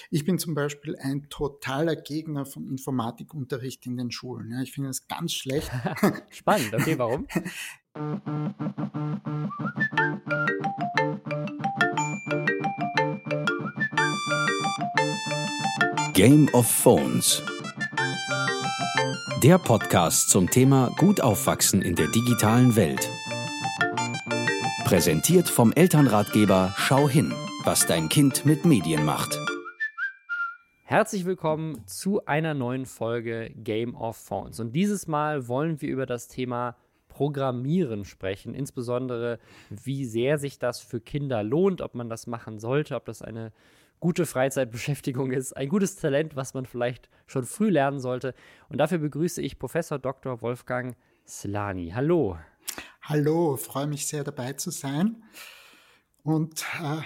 Ich bin zum Beispiel ein totaler Gegner von Informatikunterricht in den Schulen. Ja, ich finde das ganz schlecht. Spannend, okay, warum? Game of Phones. Der Podcast zum Thema Gut aufwachsen in der digitalen Welt. Präsentiert vom Elternratgeber Schau hin, was dein Kind mit Medien macht. Herzlich willkommen zu einer neuen Folge Game of Phones. Und dieses Mal wollen wir über das Thema Programmieren sprechen, insbesondere wie sehr sich das für Kinder lohnt, ob man das machen sollte, ob das eine gute Freizeitbeschäftigung ist, ein gutes Talent, was man vielleicht schon früh lernen sollte. Und dafür begrüße ich Professor Dr. Wolfgang Slany. Hallo. Hallo, freue mich sehr dabei zu sein. Und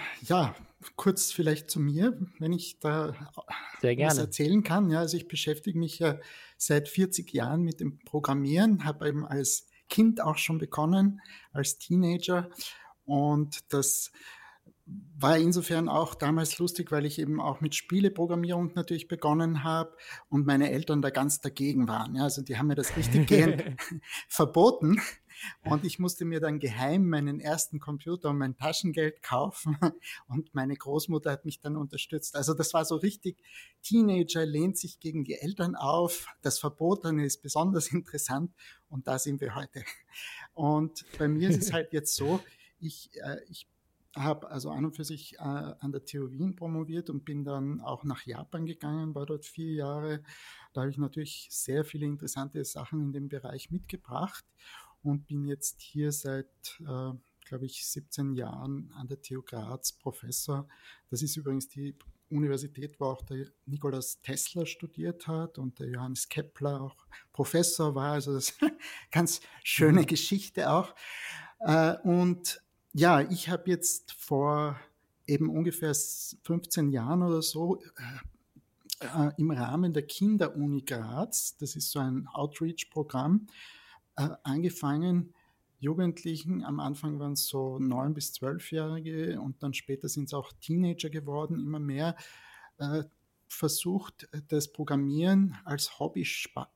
kurz vielleicht zu mir, wenn ich da Sehr gerne was erzählen kann. Ja, also ich beschäftige mich ja seit 40 Jahren mit dem Programmieren, habe eben als Kind auch schon begonnen, als Teenager. Und das war insofern auch damals lustig, weil ich eben auch mit Spieleprogrammierung natürlich begonnen habe und meine Eltern da ganz dagegen waren. Ja, also die haben mir das richtig gehend verboten. Und ich musste mir dann geheim meinen ersten Computer und mein Taschengeld kaufen und meine Großmutter hat mich dann unterstützt. Also das war so richtig, Teenager lehnt sich gegen die Eltern auf, das Verbotene ist besonders interessant und da sind wir heute. Und bei mir ist es halt jetzt so, ich habe also an und für sich an der TU Wien promoviert und bin dann auch nach Japan gegangen, war dort 4 Jahre. Da habe ich natürlich sehr viele interessante Sachen in dem Bereich mitgebracht und bin jetzt hier seit, glaube ich, 17 Jahren an der TU Graz Professor. Das ist übrigens die Universität, wo auch der Nikolaus Tesla studiert hat und der Johannes Kepler auch Professor war. Also das ist eine ganz schöne Geschichte auch. Und ja, ich habe jetzt vor eben ungefähr 15 Jahren oder so im Rahmen der Kinderuni Graz, das ist so ein Outreach-Programm, angefangen, Jugendlichen, am Anfang waren es so 9- bis 12-Jährige und dann später sind es auch Teenager geworden, immer mehr, versucht, das Programmieren als Hobby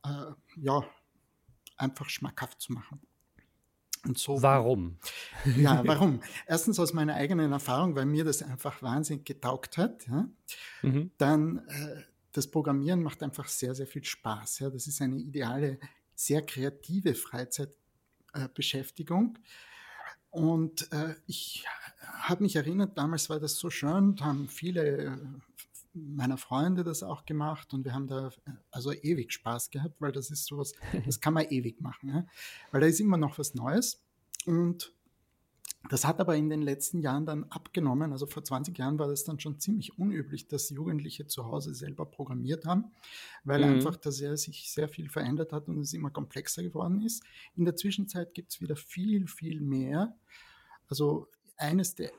einfach schmackhaft zu machen. Und so, Warum? Ja, warum? Erstens aus meiner eigenen Erfahrung, weil mir das einfach wahnsinnig getaugt hat. Ja? Dann das Programmieren macht einfach sehr, sehr viel Spaß. Ja? Das ist eine ideale, sehr kreative Freizeitbeschäftigung. Und ich habe mich erinnert, damals war das so schön, da haben viele meiner Freunde das auch gemacht und wir haben da also ewig Spaß gehabt, weil das ist sowas, das kann man ewig machen, ja? Weil da ist immer noch was Neues und das hat aber in den letzten Jahren dann abgenommen. Also vor 20 Jahren war das dann schon ziemlich unüblich, dass Jugendliche zu Hause selber programmiert haben, weil einfach da sich sehr viel verändert hat und es immer komplexer geworden ist. In der Zwischenzeit gibt es wieder viel, viel mehr. Also eines der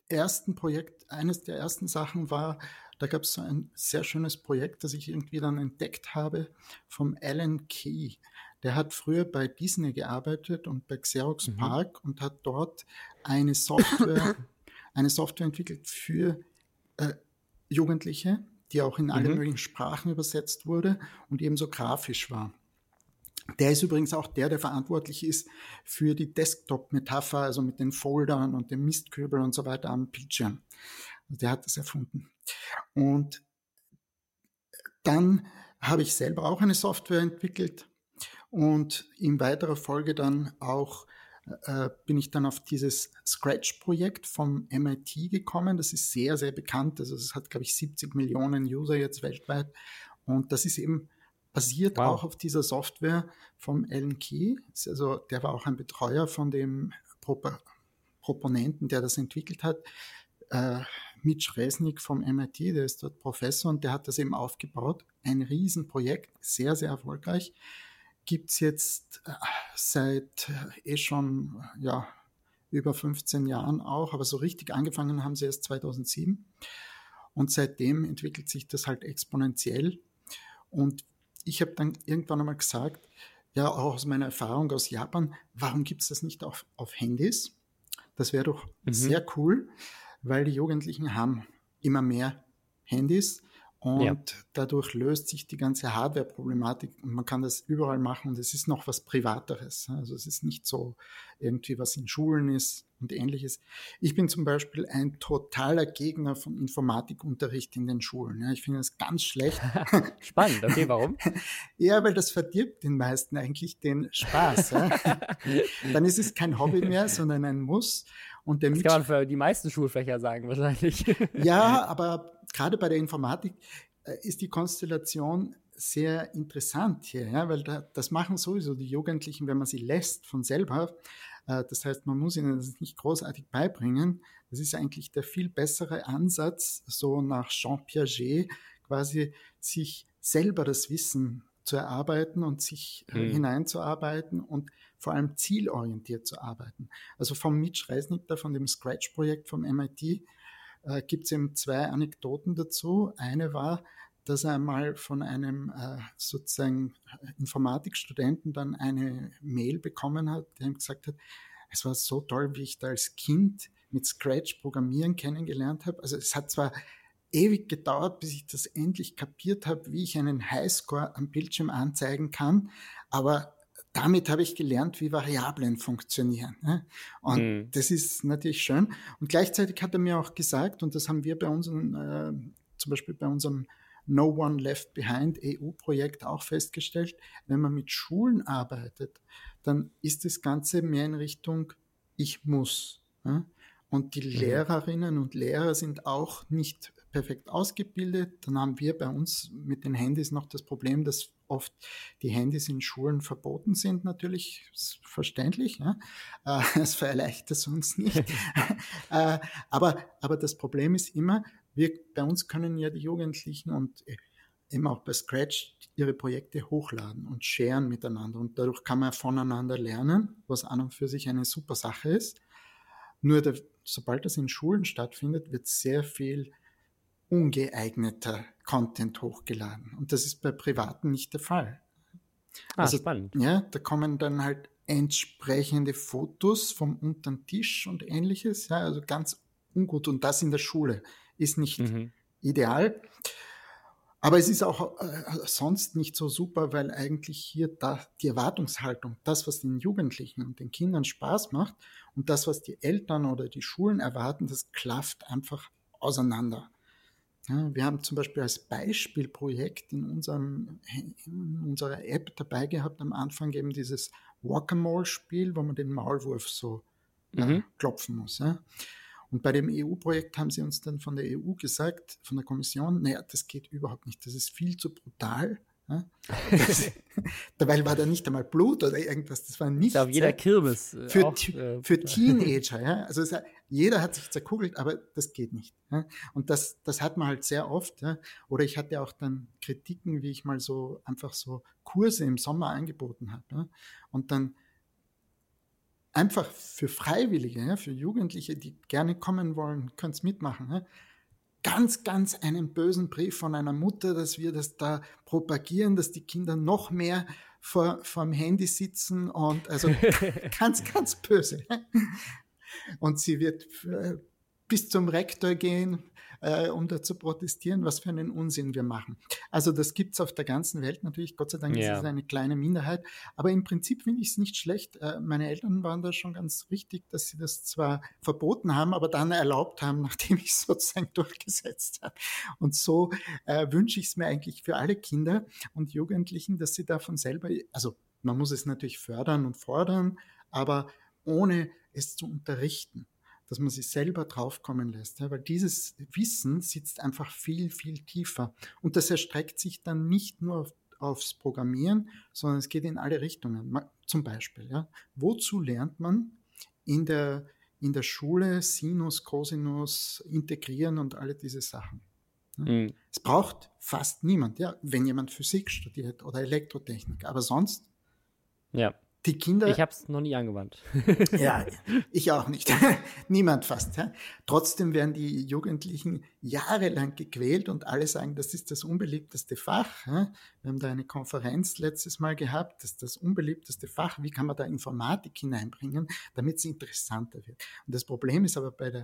ersten Sachen war, da gab es so ein sehr schönes Projekt, das ich irgendwie dann entdeckt habe, vom Alan Key. Der hat früher bei Disney gearbeitet und bei Xerox PARC und hat dort eine Software entwickelt für Jugendliche, die auch in alle möglichen Sprachen übersetzt wurde und ebenso grafisch war. Der ist übrigens auch der verantwortlich ist für die Desktop-Metapher, also mit den Foldern und dem Mistkübel und so weiter am Bildschirm. Also der hat das erfunden. Und dann habe ich selber auch eine Software entwickelt und in weiterer Folge dann auch bin ich dann auf dieses Scratch-Projekt vom MIT gekommen. Das ist sehr, sehr bekannt. Also es hat, glaube ich, 70 Millionen User jetzt weltweit. Und das ist eben basiert auch auf dieser Software vom Alan Key. Also der war auch ein Betreuer von dem Proponenten, der das entwickelt hat. Mitch Resnick vom MIT, der ist dort Professor und der hat das eben aufgebaut. Ein Riesenprojekt, sehr, sehr erfolgreich. Gibt es jetzt seit schon über 15 Jahren auch, aber so richtig angefangen haben sie erst 2007 und seitdem entwickelt sich das halt exponentiell und ich habe dann irgendwann einmal gesagt, ja auch aus meiner Erfahrung aus Japan, warum gibt es das nicht auf Handys? Das wäre doch sehr cool, weil die Jugendlichen haben immer mehr Handys. Ja. Und dadurch löst sich die ganze Hardware-Problematik und man kann das überall machen und es ist noch was Privateres. Also es ist nicht so irgendwie, was in Schulen ist und Ähnliches. Ich bin zum Beispiel ein totaler Gegner von Informatikunterricht in den Schulen. Ja, ich finde das ganz schlecht. Spannend, okay, warum? Ja, weil das verdirbt den meisten eigentlich den Spaß. Ja. Dann ist es kein Hobby mehr, sondern ein Muss. Und der Das kann man für die meisten Schulfächer sagen, wahrscheinlich. Ja, aber gerade bei der Informatik ist die Konstellation sehr interessant hier, ja, weil das machen sowieso die Jugendlichen, wenn man sie lässt von selber. Das heißt, man muss ihnen das nicht großartig beibringen. Das ist eigentlich der viel bessere Ansatz, so nach Jean Piaget quasi sich selber das Wissen zu erarbeiten und sich hineinzuarbeiten und vor allem zielorientiert zu arbeiten. Also vom Mitch Resnick, von dem Scratch-Projekt vom MIT, gibt es eben 2 Anekdoten dazu. Eine war, dass er einmal von einem sozusagen Informatikstudenten dann eine Mail bekommen hat, der ihm gesagt hat, es war so toll, wie ich da als Kind mit Scratch Programmieren kennengelernt habe. Also es hat zwar ewig gedauert, bis ich das endlich kapiert habe, wie ich einen Highscore am Bildschirm anzeigen kann, aber damit habe ich gelernt, wie Variablen funktionieren. Ne? Und das ist natürlich schön. Und gleichzeitig hat er mir auch gesagt, und das haben wir bei unseren, zum Beispiel bei unserem No One Left Behind EU-Projekt auch festgestellt, wenn man mit Schulen arbeitet, dann ist das Ganze mehr in Richtung ich muss. Ne? Und die Lehrerinnen und Lehrer sind auch nicht perfekt ausgebildet. Dann haben wir bei uns mit den Handys noch das Problem, dass oft die Handys in Schulen verboten sind, natürlich, ist verständlich. Ja? Das verleichtert es uns nicht. Aber das Problem ist immer, bei uns können ja die Jugendlichen und eben auch bei Scratch ihre Projekte hochladen und sharen miteinander. Und dadurch kann man voneinander lernen, was an und für sich eine super Sache ist. Nur sobald das in Schulen stattfindet, wird sehr viel ungeeigneter Content hochgeladen. Und das ist bei Privaten nicht der Fall. Also, spannend. Ja, da kommen dann halt entsprechende Fotos vom unteren Tisch und Ähnliches. Ja, also ganz ungut. Und das in der Schule ist nicht ideal. Aber es ist auch sonst nicht so super, weil eigentlich hier die Erwartungshaltung, das, was den Jugendlichen und den Kindern Spaß macht und das, was die Eltern oder die Schulen erwarten, das klafft einfach auseinander. Ja, wir haben zum Beispiel als Beispielprojekt in unserer App dabei gehabt, am Anfang eben dieses Whack-A-Mole-Spiel, wo man den Maulwurf so klopfen muss. Ja. Und bei dem EU-Projekt haben sie uns dann von der EU gesagt, von der Kommission, naja, das geht überhaupt nicht, das ist viel zu brutal. Ja. Dabei war da nicht einmal Blut oder irgendwas, das war nichts. Auf jeder Kirmes. Für Teenager, ja. Also jeder hat sich zerkugelt, aber das geht nicht. Ja. Und das hat man halt sehr oft. Ja. Oder ich hatte auch dann Kritiken, wie ich mal so einfach so Kurse im Sommer angeboten habe. Ja. Und dann einfach für Freiwillige, ja, für Jugendliche, die gerne kommen wollen, können es mitmachen. Ja. Ganz einen bösen Brief von einer Mutter, dass wir das da propagieren, dass die Kinder noch mehr vorm Handy sitzen und also ganz böse. Und sie wird bis zum Rektor gehen, um da zu protestieren, was für einen Unsinn wir machen. Also das gibt's auf der ganzen Welt natürlich, Gott sei Dank ist es eine kleine Minderheit, aber im Prinzip finde ich es nicht schlecht. Meine Eltern waren da schon ganz richtig, dass sie das zwar verboten haben, aber dann erlaubt haben, nachdem ich es sozusagen durchgesetzt habe. Und so wünsche ich es mir eigentlich für alle Kinder und Jugendlichen, dass sie davon selber, also man muss es natürlich fördern und fordern, aber ohne es zu unterrichten, dass man sich selber draufkommen lässt, ja, weil dieses Wissen sitzt einfach viel tiefer und das erstreckt sich dann nicht nur aufs Programmieren, sondern es geht in alle Richtungen. Zum Beispiel, ja, wozu lernt man in der Schule Sinus, Cosinus, Integrieren und alle diese Sachen? Ja. Es braucht fast niemand, ja, wenn jemand Physik studiert oder Elektrotechnik, aber sonst die Kinder. Ich habe es noch nie angewandt. Ja, ich auch nicht. Niemand fast. Ja. Trotzdem werden die Jugendlichen jahrelang gequält und alle sagen, das ist das unbeliebteste Fach. Ja. Wir haben da eine Konferenz letztes Mal gehabt, das ist das unbeliebteste Fach. Wie kann man da Informatik hineinbringen, damit es interessanter wird? Und das Problem ist aber bei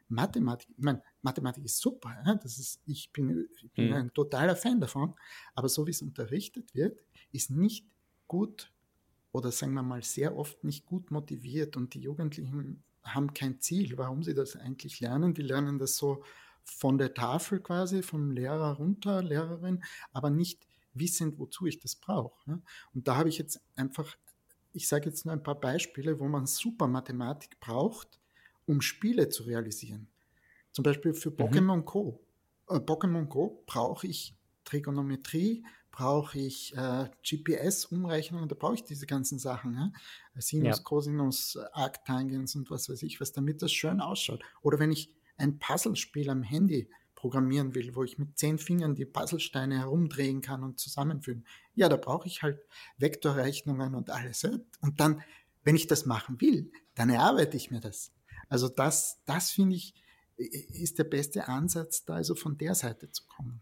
Mathematik, ich meine, Mathematik ist super, ja? Ich bin ein totaler Fan davon, aber so wie es unterrichtet wird, ist nicht gut oder sagen wir mal sehr oft nicht gut motiviert und die Jugendlichen haben kein Ziel, warum sie das eigentlich lernen. Die lernen das so von der Tafel quasi, vom Lehrer runter, Lehrerin, aber nicht wissend, wozu ich das brauche. Ne? Und da habe ich jetzt einfach, ich sage jetzt nur ein paar Beispiele, wo man super Mathematik braucht, um Spiele zu realisieren. Zum Beispiel für Pokémon Go. Pokémon Go brauche ich Trigonometrie, brauche ich GPS-Umrechnungen, da brauche ich diese ganzen Sachen. Ne? Sinus, Cosinus, Arctangens und was weiß ich was, damit das schön ausschaut. Oder wenn ich ein Puzzlespiel am Handy programmieren will, wo ich mit 10 Fingern die Puzzlesteine herumdrehen kann und zusammenfügen, ja, da brauche ich halt Vektorrechnungen und alles. Ja? Und dann, wenn ich das machen will, dann erarbeite ich mir das. Also das finde ich, ist der beste Ansatz, da also von der Seite zu kommen.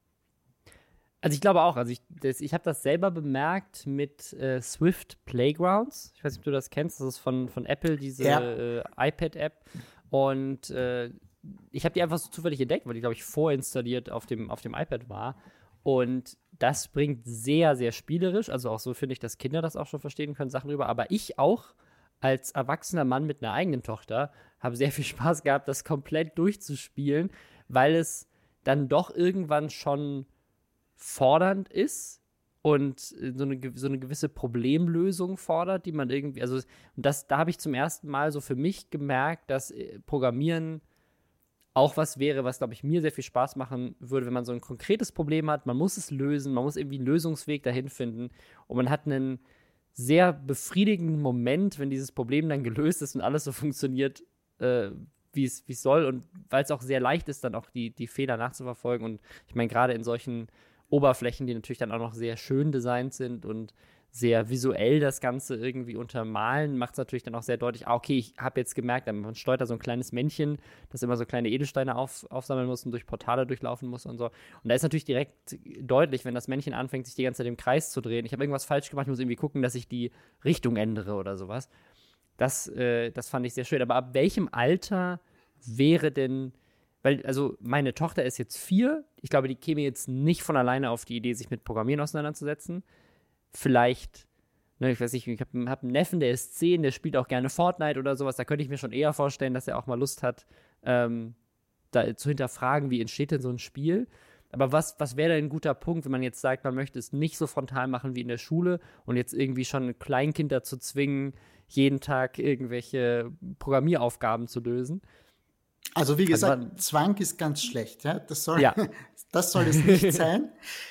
Also ich glaube auch, ich habe das selber bemerkt mit Swift Playgrounds. Ich weiß nicht, ob du das kennst, das ist von Apple, diese iPad-App. Und ich habe die einfach so zufällig entdeckt, weil die, glaube ich, vorinstalliert auf dem iPad war. Und das bringt sehr, sehr spielerisch, also auch so finde ich, dass Kinder das auch schon verstehen können, Sachen drüber. Aber ich auch als erwachsener Mann mit einer eigenen Tochter habe sehr viel Spaß gehabt, das komplett durchzuspielen, weil es dann doch irgendwann schon fordernd ist und so eine gewisse Problemlösung fordert, die man irgendwie, also da habe ich zum ersten Mal so für mich gemerkt, dass Programmieren auch was wäre, was, glaube ich, mir sehr viel Spaß machen würde, wenn man so ein konkretes Problem hat, man muss es lösen, man muss irgendwie einen Lösungsweg dahin finden und man hat einen sehr befriedigenden Moment, wenn dieses Problem dann gelöst ist und alles so funktioniert, wie es soll und weil es auch sehr leicht ist, dann auch die Fehler nachzuverfolgen und ich meine, gerade in solchen Oberflächen, die natürlich dann auch noch sehr schön designt sind und sehr visuell das Ganze irgendwie untermalen, macht es natürlich dann auch sehr deutlich, okay, ich habe jetzt gemerkt, man steuert da so ein kleines Männchen, das immer so kleine Edelsteine aufsammeln muss und durch Portale durchlaufen muss und so. Und da ist natürlich direkt deutlich, wenn das Männchen anfängt, sich die ganze Zeit im Kreis zu drehen. Ich habe irgendwas falsch gemacht, ich muss irgendwie gucken, dass ich die Richtung ändere oder sowas. Das fand ich sehr schön. Aber ab welchem Alter wäre denn, weil, also meine Tochter ist jetzt 4, ich glaube, die käme jetzt nicht von alleine auf die Idee, sich mit Programmieren auseinanderzusetzen. Vielleicht, ich weiß nicht, ich habe einen Neffen, der ist 10, der spielt auch gerne Fortnite oder sowas. Da könnte ich mir schon eher vorstellen, dass er auch mal Lust hat, da zu hinterfragen, wie entsteht denn so ein Spiel. Aber was wäre denn ein guter Punkt, wenn man jetzt sagt, man möchte es nicht so frontal machen wie in der Schule und jetzt irgendwie schon ein Kleinkind dazu zwingen, jeden Tag irgendwelche Programmieraufgaben zu lösen? Also wie gesagt, Zwang ist ganz schlecht. Ja? Das soll es nicht sein.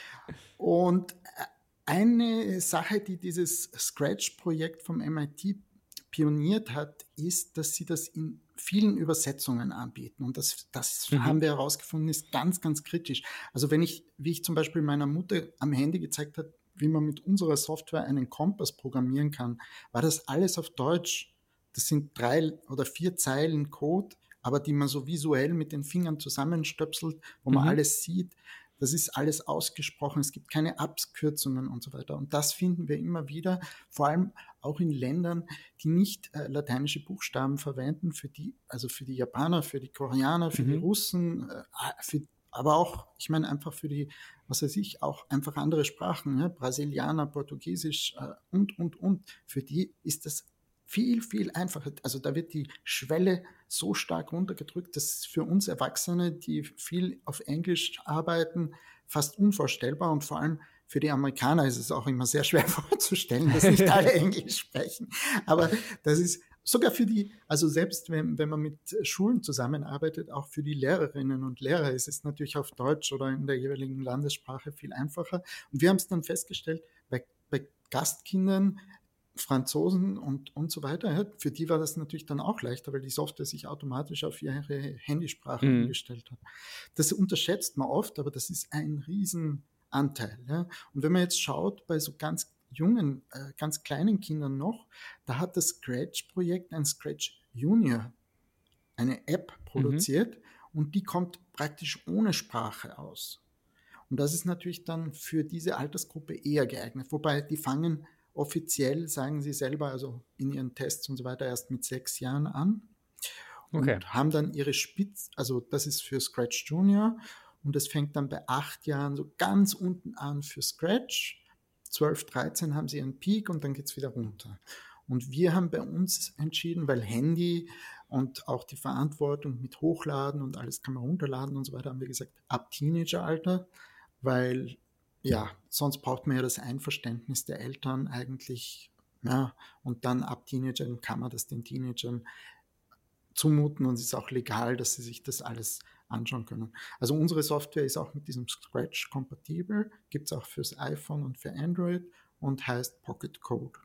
Und eine Sache, die dieses Scratch-Projekt vom MIT pioniert hat, ist, dass sie das in vielen Übersetzungen anbieten. Und das haben wir herausgefunden, ist ganz, ganz kritisch. Also wie ich zum Beispiel meiner Mutter am Handy gezeigt habe, wie man mit unserer Software einen Kompass programmieren kann, war das alles auf Deutsch. Das sind 3 oder 4 Zeilen Code, aber die man so visuell mit den Fingern zusammenstöpselt, wo man alles sieht. Das ist alles ausgesprochen, es gibt keine Abkürzungen und so weiter. Und das finden wir immer wieder, vor allem auch in Ländern, die nicht lateinische Buchstaben verwenden, also für die Japaner, für die Koreaner, für die Russen, aber auch, ich meine einfach für die, was weiß ich, auch einfach andere Sprachen, ja, Brasilianer, Portugiesisch und. Für die ist das viel, viel einfacher. Also da wird die Schwelle so stark runtergedrückt, dass für uns Erwachsene, die viel auf Englisch arbeiten, fast unvorstellbar. Und vor allem für die Amerikaner ist es auch immer sehr schwer vorzustellen, dass nicht alle Englisch sprechen. Aber das ist sogar für die, also selbst wenn man mit Schulen zusammenarbeitet, auch für die Lehrerinnen und Lehrer ist es natürlich auf Deutsch oder in der jeweiligen Landessprache viel einfacher. Und wir haben es dann festgestellt, bei Gastkindern, Franzosen und so weiter, ja, für die war das natürlich dann auch leichter, weil die Software sich automatisch auf ihre Handysprache umgestellt hat. Das unterschätzt man oft, aber das ist ein Riesenanteil. Ja. Und wenn man jetzt schaut, bei so ganz jungen, ganz kleinen Kindern noch, da hat das Scratch-Projekt, ein Scratch Junior, eine App produziert und die kommt praktisch ohne Sprache aus. Und das ist natürlich dann für diese Altersgruppe eher geeignet, wobei die fangen offiziell, sagen sie selber, also in ihren Tests und so weiter, erst mit 6 Jahren an. Okay. Und haben dann ihre also das ist für Scratch Junior und das fängt dann bei 8 Jahren so ganz unten an für Scratch. 12, 13 haben sie ihren Peak und dann geht es wieder runter. Und wir haben bei uns entschieden, weil Handy und auch die Verantwortung mit Hochladen und alles kann man runterladen und so weiter, haben wir gesagt, ab Teenageralter, weil ja, sonst braucht man ja das Einverständnis der Eltern eigentlich, ja, und dann ab Teenagern kann man das den Teenagern zumuten und es ist auch legal, dass sie sich das alles anschauen können. Also unsere Software ist auch mit diesem Scratch kompatibel, gibt es auch fürs iPhone und für Android und heißt Pocket Code.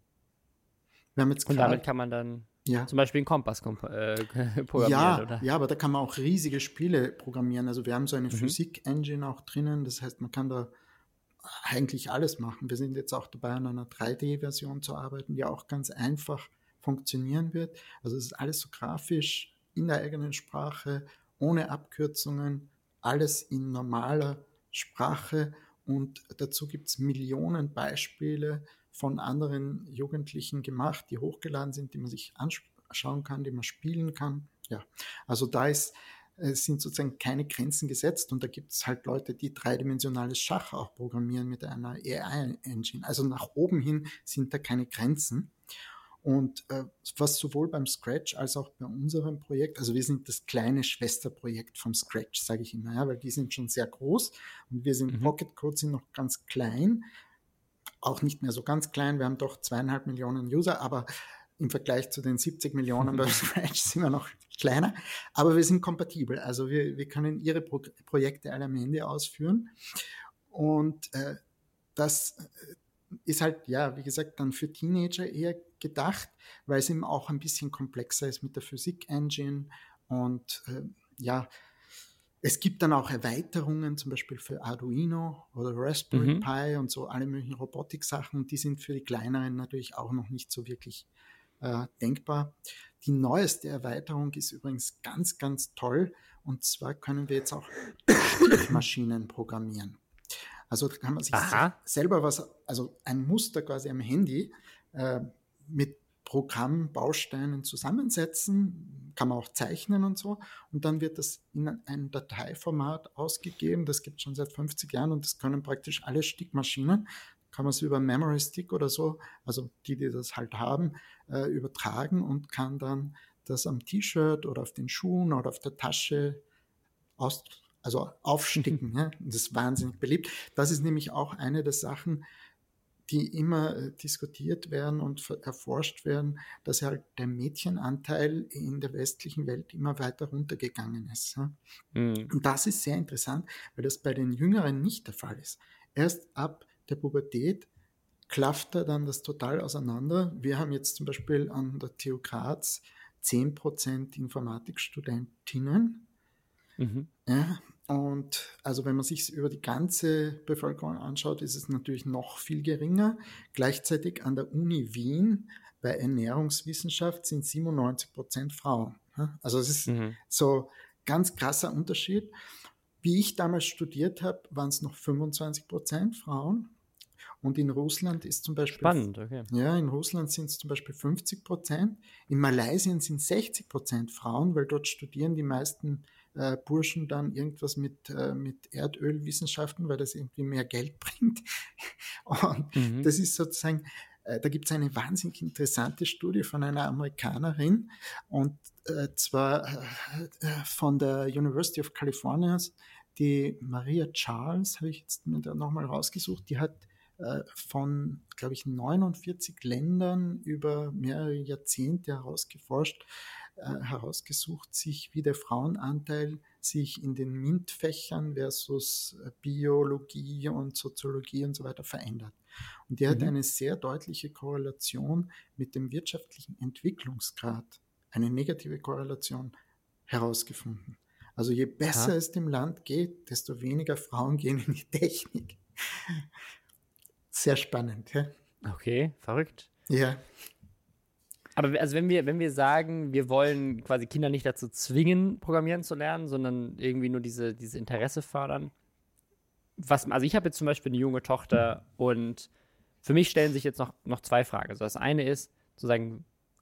Wir haben jetzt Und damit kann man dann zum Beispiel einen Kompass programmieren, oder? Ja, aber da kann man auch riesige Spiele programmieren. Also wir haben so eine Physik-Engine auch drinnen, das heißt, man kann da eigentlich alles machen. Wir sind jetzt auch dabei, an einer 3D-Version zu arbeiten, die auch ganz einfach funktionieren wird. Also es ist alles so grafisch in der eigenen Sprache, ohne Abkürzungen, alles in normaler Sprache und dazu gibt es Millionen Beispiele von anderen Jugendlichen gemacht, die hochgeladen sind, die man sich anschauen kann, die man spielen kann. Ja, also sind sozusagen keine Grenzen gesetzt und da gibt es halt Leute, die dreidimensionales Schach auch programmieren mit einer AI-Engine. Also nach oben hin sind da keine Grenzen. Und was sowohl beim Scratch als auch bei unserem Projekt, also wir sind das kleine Schwesterprojekt vom Scratch, sage ich immer, ja, weil die sind schon sehr groß und wir sind Pocket Code sind noch ganz klein, auch nicht mehr so ganz klein, wir haben doch 2,5 Millionen User, aber im Vergleich zu den 70 Millionen bei Scratch sind wir noch kleiner, aber wir sind kompatibel, also wir können ihre Projekte alle am Handy ausführen und das ist halt, ja, wie gesagt, dann für Teenager eher gedacht, weil es eben auch ein bisschen komplexer ist mit der Physik-Engine und ja, es gibt dann auch Erweiterungen, zum Beispiel für Arduino oder Raspberry Pi und so alle möglichen Robotik-Sachen, die sind für die Kleineren natürlich auch noch nicht so wirklich denkbar. Die neueste Erweiterung ist übrigens ganz, ganz toll und zwar können wir jetzt auch Stichmaschinen programmieren. Also da kann man sich selber also ein Muster quasi am Handy mit Programmbausteinen zusammensetzen, kann man auch zeichnen und so und dann wird das in ein Dateiformat ausgegeben, das gibt es schon seit 50 Jahren und das können praktisch alle Stickmaschinen, kann man es über Memory Stick oder so, also die das halt haben, übertragen und kann dann das am T-Shirt oder auf den Schuhen oder auf der Tasche aufsticken. Ja? Das ist wahnsinnig beliebt. Das ist nämlich auch eine der Sachen, die immer diskutiert werden und erforscht werden, dass halt der Mädchenanteil in der westlichen Welt immer weiter runtergegangen ist. Ja? Und das ist sehr interessant, weil das bei den Jüngeren nicht der Fall ist. Erst ab der Pubertät klafft dann das total auseinander. Wir haben jetzt zum Beispiel an der TU Graz 10% Informatikstudentinnen. Ja, und also wenn man sich über die ganze Bevölkerung anschaut, ist es natürlich noch viel geringer. Gleichzeitig an der Uni Wien bei Ernährungswissenschaft sind 97% Frauen. Also es ist so ganz krasser Unterschied. Wie ich damals studiert habe, waren es noch 25% Frauen. Und in Russland ist zum Beispiel... Spannend, okay. Ja, in Russland sind es zum Beispiel 50%. In Malaysia sind 60% Frauen, weil dort studieren die meisten Burschen dann irgendwas mit Erdölwissenschaften, weil das irgendwie mehr Geld bringt. Und das ist sozusagen, da gibt es eine wahnsinnig interessante Studie von einer Amerikanerin und zwar von der University of California, die Maria Charles, habe ich jetzt mir da nochmal rausgesucht, die hat von, glaube ich, 49 Ländern über mehrere Jahrzehnte herausgesucht, wie der Frauenanteil sich in den MINT-Fächern versus Biologie und Soziologie und so weiter verändert. Und die hat eine sehr deutliche Korrelation mit dem wirtschaftlichen Entwicklungsgrad, eine negative Korrelation herausgefunden. Also je besser es dem Land geht, desto weniger Frauen gehen in die Technik. Sehr spannend, ja. Okay, verrückt. Ja. Aber also wenn wir sagen, wir wollen quasi Kinder nicht dazu zwingen, Programmieren zu lernen, sondern irgendwie nur diese Interesse fördern. Also ich habe jetzt zum Beispiel eine junge Tochter und für mich stellen sich jetzt noch zwei Fragen. Also das eine ist, zu sagen,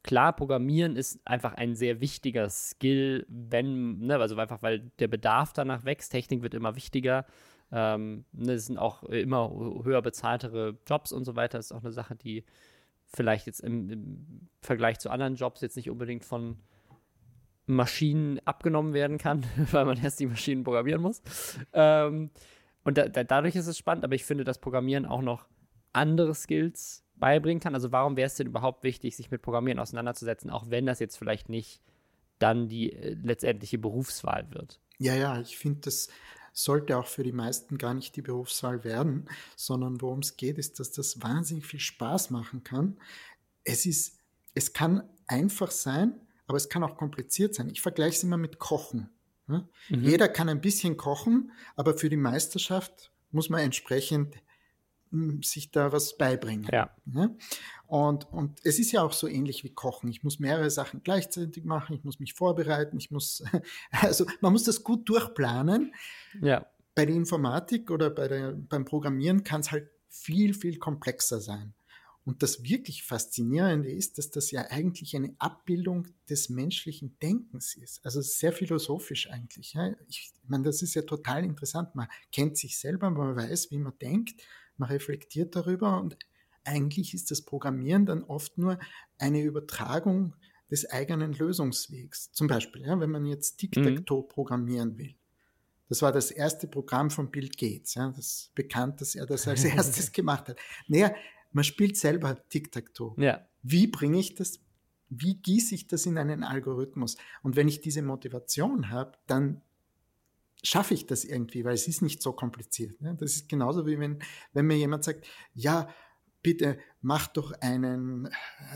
klar, Programmieren ist einfach ein sehr wichtiger Skill, also einfach, weil der Bedarf danach wächst. Technik wird immer wichtiger. Es sind auch immer höher bezahltere Jobs und so weiter. Das ist auch eine Sache, die vielleicht jetzt im Vergleich zu anderen Jobs jetzt nicht unbedingt von Maschinen abgenommen werden kann, weil man erst die Maschinen programmieren muss. Und dadurch ist es spannend, aber ich finde, dass Programmieren auch noch andere Skills beibringen kann. Also warum wäre es denn überhaupt wichtig, sich mit Programmieren auseinanderzusetzen, auch wenn das jetzt vielleicht nicht dann die letztendliche Berufswahl wird? Ja, ich finde, das sollte auch für die meisten gar nicht die Berufswahl werden, sondern worum es geht, ist, dass das wahnsinnig viel Spaß machen kann. Es kann einfach sein, aber es kann auch kompliziert sein. Ich vergleiche es immer mit Kochen. Ja? Jeder kann ein bisschen kochen, aber für die Meisterschaft muss man entsprechend sich da was beibringen. Ja. Ja? Und es ist ja auch so ähnlich wie Kochen. Ich muss mehrere Sachen gleichzeitig machen, ich muss mich vorbereiten, also man muss das gut durchplanen. Ja. Bei der Informatik oder beim Programmieren kann es halt viel, viel komplexer sein. Und das wirklich Faszinierende ist, dass das ja eigentlich eine Abbildung des menschlichen Denkens ist. Also sehr philosophisch eigentlich. Ja. Ich meine, das ist ja total interessant. Man kennt sich selber, man weiß, wie man denkt, man reflektiert darüber und eigentlich ist das Programmieren dann oft nur eine Übertragung des eigenen Lösungswegs. Zum Beispiel, ja, wenn man jetzt Tic-Tac-Toe programmieren will. Das war das erste Programm von Bill Gates. Ja, das ist bekannt, dass er das als erstes gemacht hat. Naja, man spielt selber Tic-Tac-Toe. Ja. Wie gieße ich das in einen Algorithmus? Und wenn ich diese Motivation habe, dann schaffe ich das irgendwie, weil es ist nicht so kompliziert. Ne? Das ist genauso wie wenn mir jemand sagt, ja, bitte mach doch einen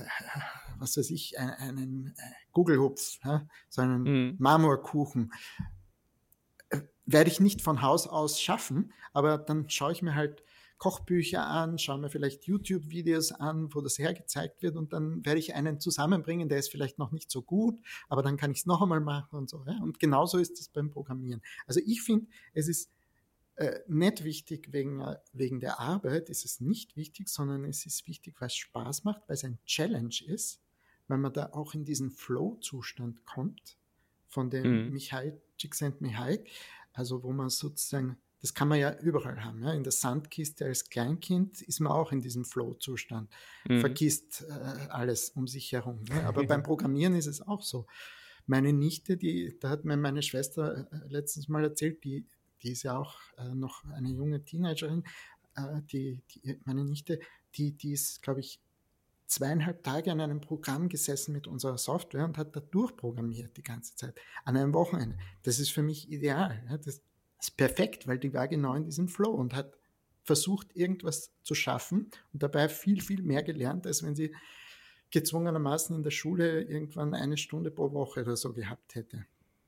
Gugelhupf, ja? So einen Marmorkuchen. Werde ich nicht von Haus aus schaffen, aber dann schaue ich mir halt Kochbücher an, schaue mir vielleicht YouTube-Videos an, wo das hergezeigt wird und dann werde ich einen zusammenbringen, der ist vielleicht noch nicht so gut, aber dann kann ich es noch einmal machen und so. Ja? Und genauso ist es beim Programmieren. Also ich finde, es ist nicht wichtig wegen der Arbeit, ist es nicht wichtig, sondern es ist wichtig, weil es Spaß macht, weil es ein Challenge ist, weil man da auch in diesen Flow-Zustand kommt von dem Csikszentmihalyi, also wo man sozusagen, das kann man ja überall haben. Ja? In der Sandkiste als Kleinkind ist man auch in diesem Flow-Zustand, vergisst alles um sich herum. Ja? Aber beim Programmieren ist es auch so. Meine Nichte, da hat mir meine Schwester letztens mal erzählt, die ist ja auch noch eine junge Teenagerin, meine Nichte, die ist, glaube ich, 2,5 Tage an einem Programm gesessen mit unserer Software und hat da durchprogrammiert die ganze Zeit, an einem Wochenende. Das ist für mich ideal. Ja? Das ist perfekt, weil die war genau in diesem Flow und hat versucht, irgendwas zu schaffen und dabei viel, viel mehr gelernt, als wenn sie gezwungenermaßen in der Schule irgendwann 1 Stunde pro Woche oder so gehabt hätte.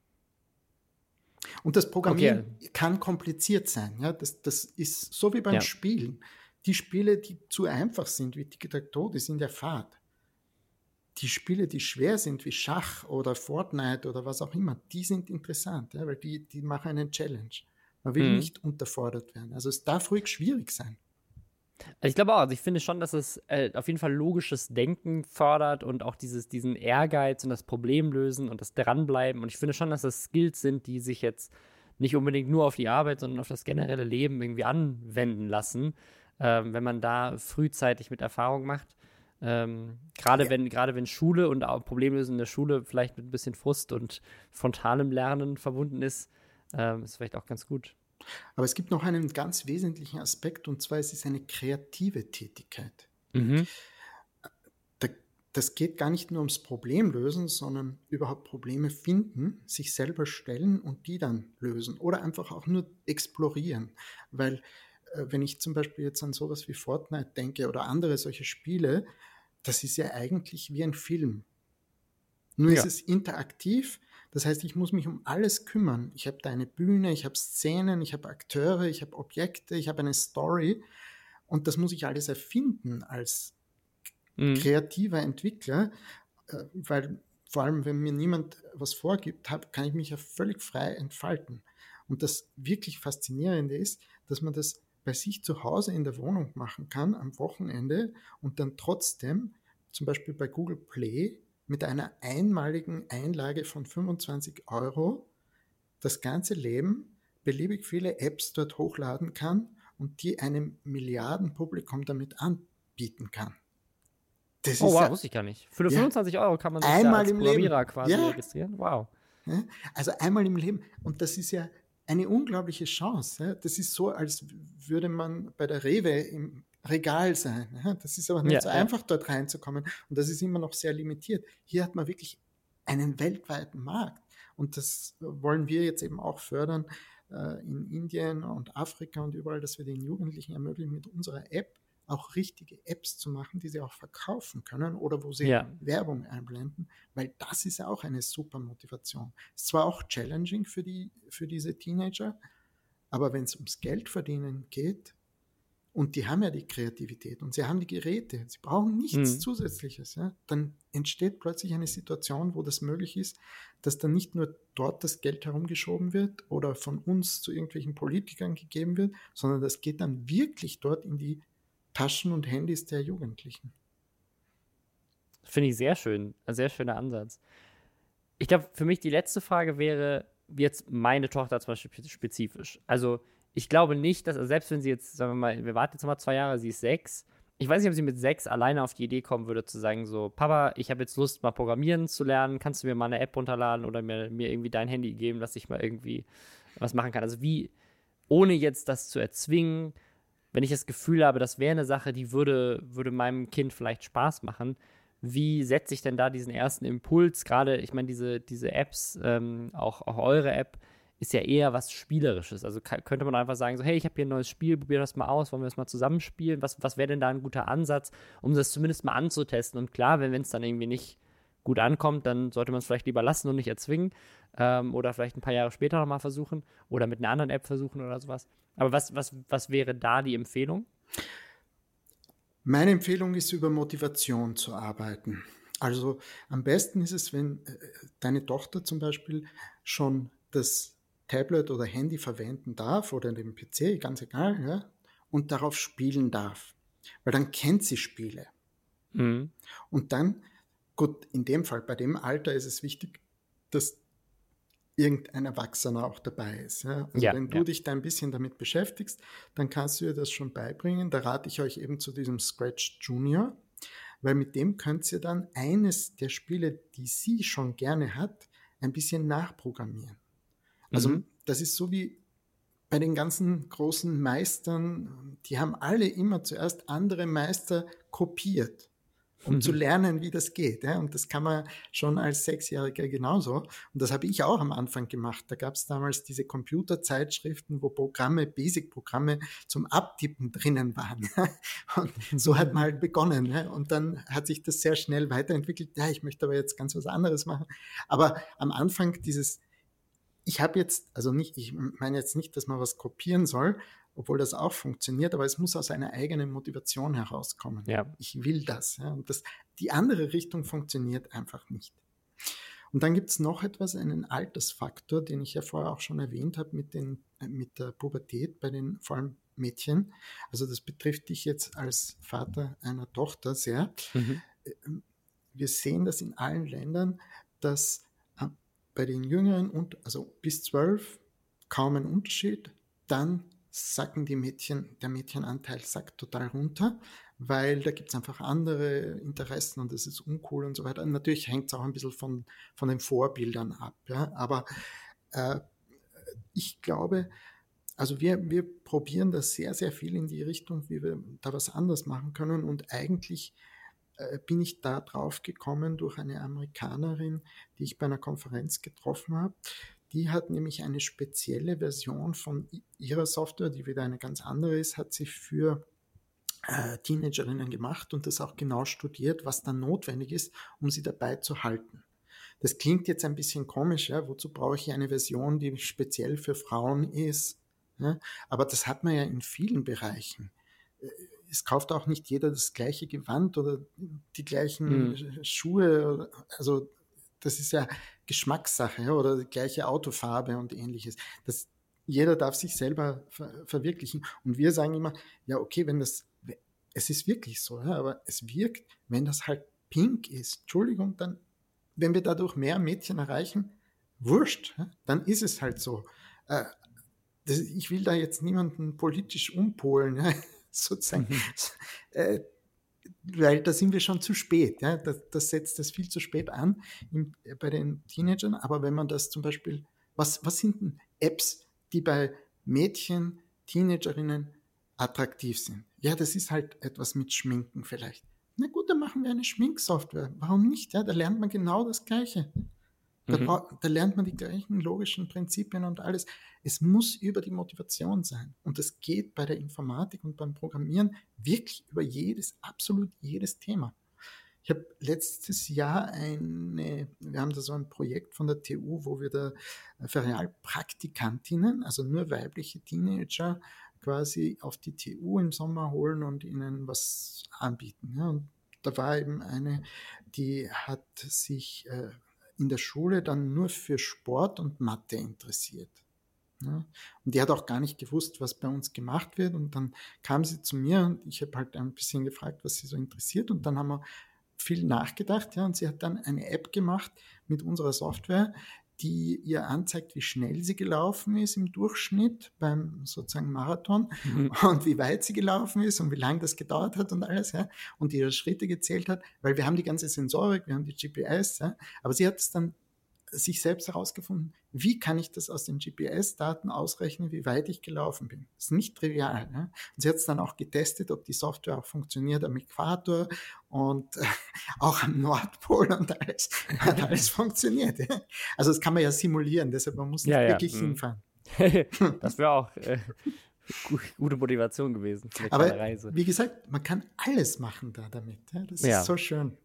Und das Programmieren kann kompliziert sein. Ja? Das ist so wie beim Spielen. Die Spiele, die zu einfach sind, wie Tic-Tac-Toe, die sind ja fad. Die Spiele, die schwer sind, wie Schach oder Fortnite oder was auch immer, die sind interessant, ja? Weil die machen einen Challenge. Man will nicht unterfordert werden. Also es darf ruhig schwierig sein. Also ich glaube auch, also ich finde schon, dass es auf jeden Fall logisches Denken fördert und auch diesen Ehrgeiz und das Problemlösen und das Dranbleiben. Und ich finde schon, dass das Skills sind, die sich jetzt nicht unbedingt nur auf die Arbeit, sondern auf das generelle Leben irgendwie anwenden lassen, wenn man da frühzeitig mit Erfahrung macht. Gerade wenn Schule und auch Problemlösen in der Schule vielleicht mit ein bisschen Frust und frontalem Lernen verbunden ist vielleicht auch ganz gut. Aber es gibt noch einen ganz wesentlichen Aspekt, und zwar es ist eine kreative Tätigkeit. Das geht gar nicht nur ums Problemlösen, sondern überhaupt Probleme finden, sich selber stellen und die dann lösen oder einfach auch nur explorieren. Weil wenn ich zum Beispiel jetzt an sowas wie Fortnite denke oder andere solche Spiele, das ist ja eigentlich wie ein Film. Nur ist es interaktiv. Das heißt, ich muss mich um alles kümmern. Ich habe da eine Bühne, ich habe Szenen, ich habe Akteure, ich habe Objekte, ich habe eine Story. Und das muss ich alles erfinden als kreativer Entwickler, weil vor allem, wenn mir niemand was vorgibt, kann ich mich ja völlig frei entfalten. Und das wirklich Faszinierende ist, dass man das bei sich zu Hause in der Wohnung machen kann am Wochenende und dann trotzdem, zum Beispiel bei Google Play, mit einer einmaligen Einlage von 25 € das ganze Leben beliebig viele Apps dort hochladen kann und die einem Milliardenpublikum damit anbieten kann. Das Oh ist wow, ja, wusste ich gar nicht. Für ja 25 € kann man sich da einmal als im Leben. Programmierer quasi Ja, registrieren. Wow. ja, also einmal im Leben. Und das ist ja eine unglaubliche Chance. Ja. Das ist so, als würde man bei der Rewe im Regal sein. Ja. Das ist aber nicht so Ja. einfach, dort reinzukommen. Und das ist immer noch sehr limitiert. Hier hat man wirklich einen weltweiten Markt. Und das wollen wir jetzt eben auch fördern in Indien und Afrika und überall, dass wir den Jugendlichen ermöglichen, mit unserer App auch richtige Apps zu machen, die sie auch verkaufen können oder wo sie Ja. Werbung einblenden, weil das ist ja auch eine super Motivation. Ist zwar auch challenging für diese Teenager, aber wenn es ums Geld verdienen geht, und die haben ja die Kreativität und sie haben die Geräte, sie brauchen nichts Zusätzliches, ja, dann entsteht plötzlich eine Situation, wo das möglich ist, dass dann nicht nur dort das Geld herumgeschoben wird oder von uns zu irgendwelchen Politikern gegeben wird, sondern das geht dann wirklich dort in die Taschen und Handys der Jugendlichen. Finde ich sehr schön. Ein sehr schöner Ansatz. Ich glaube, für mich die letzte Frage wäre jetzt meine Tochter zum Beispiel spezifisch. Also ich glaube nicht, dass, also selbst wenn sie jetzt, sagen wir mal, wir warten jetzt mal 2 Jahre, sie ist 6. Ich weiß nicht, ob sie mit 6 alleine auf die Idee kommen würde, zu sagen so, Papa, ich habe jetzt Lust, mal Programmieren zu lernen. Kannst du mir mal eine App runterladen oder mir irgendwie dein Handy geben, dass ich mal irgendwie was machen kann? Also wie, ohne jetzt das zu erzwingen, wenn ich das Gefühl habe, das wäre eine Sache, die würde meinem Kind vielleicht Spaß machen, wie setze ich denn da diesen ersten Impuls? Gerade, ich meine, diese Apps, auch eure App, ist ja eher was Spielerisches. Also könnte man einfach sagen, so, hey, ich habe hier ein neues Spiel, probier das mal aus, wollen wir das mal zusammenspielen? Was wäre denn da ein guter Ansatz, um das zumindest mal anzutesten? Und klar, wenn es dann irgendwie nicht gut ankommt, dann sollte man es vielleicht lieber lassen und nicht erzwingen. Oder vielleicht ein paar Jahre später nochmal versuchen oder mit einer anderen App versuchen oder sowas. Aber was wäre da die Empfehlung? Meine Empfehlung ist, über Motivation zu arbeiten. Also am besten ist es, wenn deine Tochter zum Beispiel schon das Tablet oder Handy verwenden darf oder den PC, ganz egal, ja, und darauf spielen darf. Weil dann kennt sie Spiele. Mhm. Und dann, gut, in dem Fall, bei dem Alter ist es wichtig, dass irgendein Erwachsener auch dabei ist. Ja? Also wenn du dich da ein bisschen damit beschäftigst, dann kannst du ihr das schon beibringen. Da rate ich euch eben zu diesem Scratch Junior, weil mit dem könnt ihr dann eines der Spiele, die sie schon gerne hat, ein bisschen nachprogrammieren. Also das ist so wie bei den ganzen großen Meistern, die haben alle immer zuerst andere Meister kopiert, um zu lernen, wie das geht. Ja? Und das kann man schon als 6-Jähriger genauso. Und das habe ich auch am Anfang gemacht. Da gab es damals diese Computerzeitschriften, wo Basic-Programme zum Abtippen drinnen waren. Und so hat man halt begonnen. Ja? Und dann hat sich das sehr schnell weiterentwickelt. Ja, ich möchte aber jetzt ganz was anderes machen. Aber am Anfang ich habe jetzt, also nicht, ich meine jetzt nicht, dass man was kopieren soll, obwohl das auch funktioniert, aber es muss aus einer eigenen Motivation herauskommen. Ja. Ich will das. Ja, und die andere Richtung funktioniert einfach nicht. Und dann gibt es noch etwas, einen Altersfaktor, den ich ja vorher auch schon erwähnt habe mit der Pubertät bei den vor allem Mädchen. Also das betrifft dich jetzt als Vater einer Tochter sehr. Wir sehen das in allen Ländern, dass bei den Jüngeren, also bis 12, kaum ein Unterschied. Dann sacken der Mädchenanteil sackt total runter, weil da gibt es einfach andere Interessen und das ist uncool und so weiter. Und natürlich hängt es auch ein bisschen von den Vorbildern ab. Ja? Aber ich glaube, also wir probieren das sehr, sehr viel in die Richtung, wie wir da was anders machen können. Und eigentlich bin ich da drauf gekommen durch eine Amerikanerin, die ich bei einer Konferenz getroffen habe. Die hat nämlich eine spezielle Version von ihrer Software, die wieder eine ganz andere ist, hat sie für Teenagerinnen gemacht und das auch genau studiert, was dann notwendig ist, um sie dabei zu halten. Das klingt jetzt ein bisschen komisch, ja? Wozu brauche ich eine Version, die speziell für Frauen ist? Ja? Aber das hat man ja in vielen Bereichen. Es kauft auch nicht jeder das gleiche Gewand oder die gleichen Schuhe. Also das ist ja Geschmackssache, ja? Oder die gleiche Autofarbe und ähnliches. Jeder darf sich selber verwirklichen. Und wir sagen immer, ja okay, es ist wirklich so, ja, aber es wirkt, wenn das halt pink ist, Entschuldigung, dann wenn wir dadurch mehr Mädchen erreichen, wurscht, dann ist es halt so. Ich will da jetzt niemanden politisch umpolen, sozusagen, weil da sind wir schon zu spät. Das setzt das viel zu spät an bei den Teenagern. Aber wenn man das zum Beispiel, was sind denn Apps, die bei Mädchen, Teenagerinnen attraktiv sind? Ja, das ist halt etwas mit Schminken vielleicht. Na gut, dann machen wir eine Schminksoftware. Warum nicht? Da lernt man genau das Gleiche. Da lernt man die gleichen logischen Prinzipien und alles. Es muss über die Motivation sein. Und das geht bei der Informatik und beim Programmieren wirklich über absolut jedes Thema. Ich habe letztes Jahr wir haben da so ein Projekt von der TU, wo wir da Ferialpraktikantinnen, also nur weibliche Teenager, quasi auf die TU im Sommer holen und ihnen was anbieten. Ja, und da war eben eine, die hat sich in der Schule dann nur für Sport und Mathe interessiert. Ja, und die hat auch gar nicht gewusst, was bei uns gemacht wird. Und dann kam sie zu mir und ich habe halt ein bisschen gefragt, was sie so interessiert. Und dann haben wir viel nachgedacht. Ja, und sie hat dann eine App gemacht mit unserer Software, die ihr anzeigt, wie schnell sie gelaufen ist im Durchschnitt beim sozusagen Marathon und wie weit sie gelaufen ist und wie lange das gedauert hat und alles, ja, und ihre Schritte gezählt hat, weil wir haben die ganze Sensorik, wir haben die GPS, ja, aber sie hat es dann sich selbst herausgefunden, wie kann ich das aus den GPS-Daten ausrechnen, wie weit ich gelaufen bin. Das ist nicht trivial. Ne? Und sie hat es dann auch getestet, ob die Software auch funktioniert am Äquator und auch am Nordpol und alles. Hat alles funktioniert. Ja? Also das kann man ja simulieren, deshalb man muss nicht wirklich hinfahren. Das wäre auch gute Motivation gewesen für eine Aber kleine Reise. Wie gesagt, man kann alles machen damit. Ja? Das ist so schön.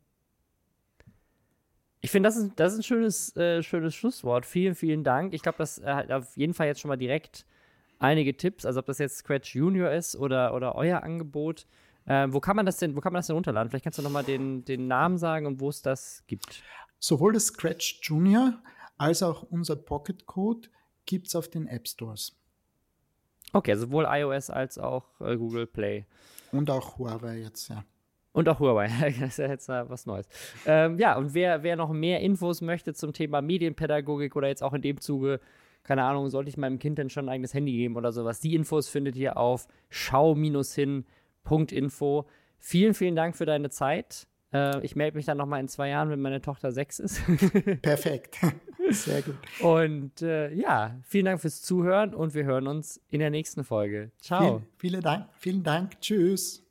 Ich finde, das ist ein schönes Schlusswort. Vielen, vielen Dank. Ich glaube, das hat auf jeden Fall jetzt schon mal direkt einige Tipps. Also ob das jetzt Scratch Junior ist oder euer Angebot. Wo kann man das denn runterladen? Vielleicht kannst du nochmal den Namen sagen und wo es das gibt. Sowohl das Scratch Junior als auch unser Pocket Code gibt es auf den App Stores. Okay, sowohl iOS als auch Google Play. Und auch Huawei jetzt, ja. Und auch Huawei, das ist ja jetzt was Neues. Und wer noch mehr Infos möchte zum Thema Medienpädagogik oder jetzt auch in dem Zuge, keine Ahnung, sollte ich meinem Kind denn schon ein eigenes Handy geben oder sowas, die Infos findet ihr auf schau-hin.info. Vielen, vielen Dank für deine Zeit. Ich melde mich dann nochmal in 2 Jahren, wenn meine Tochter 6 ist. Perfekt, sehr gut. Und vielen Dank fürs Zuhören und wir hören uns in der nächsten Folge. Ciao. Vielen Dank, tschüss.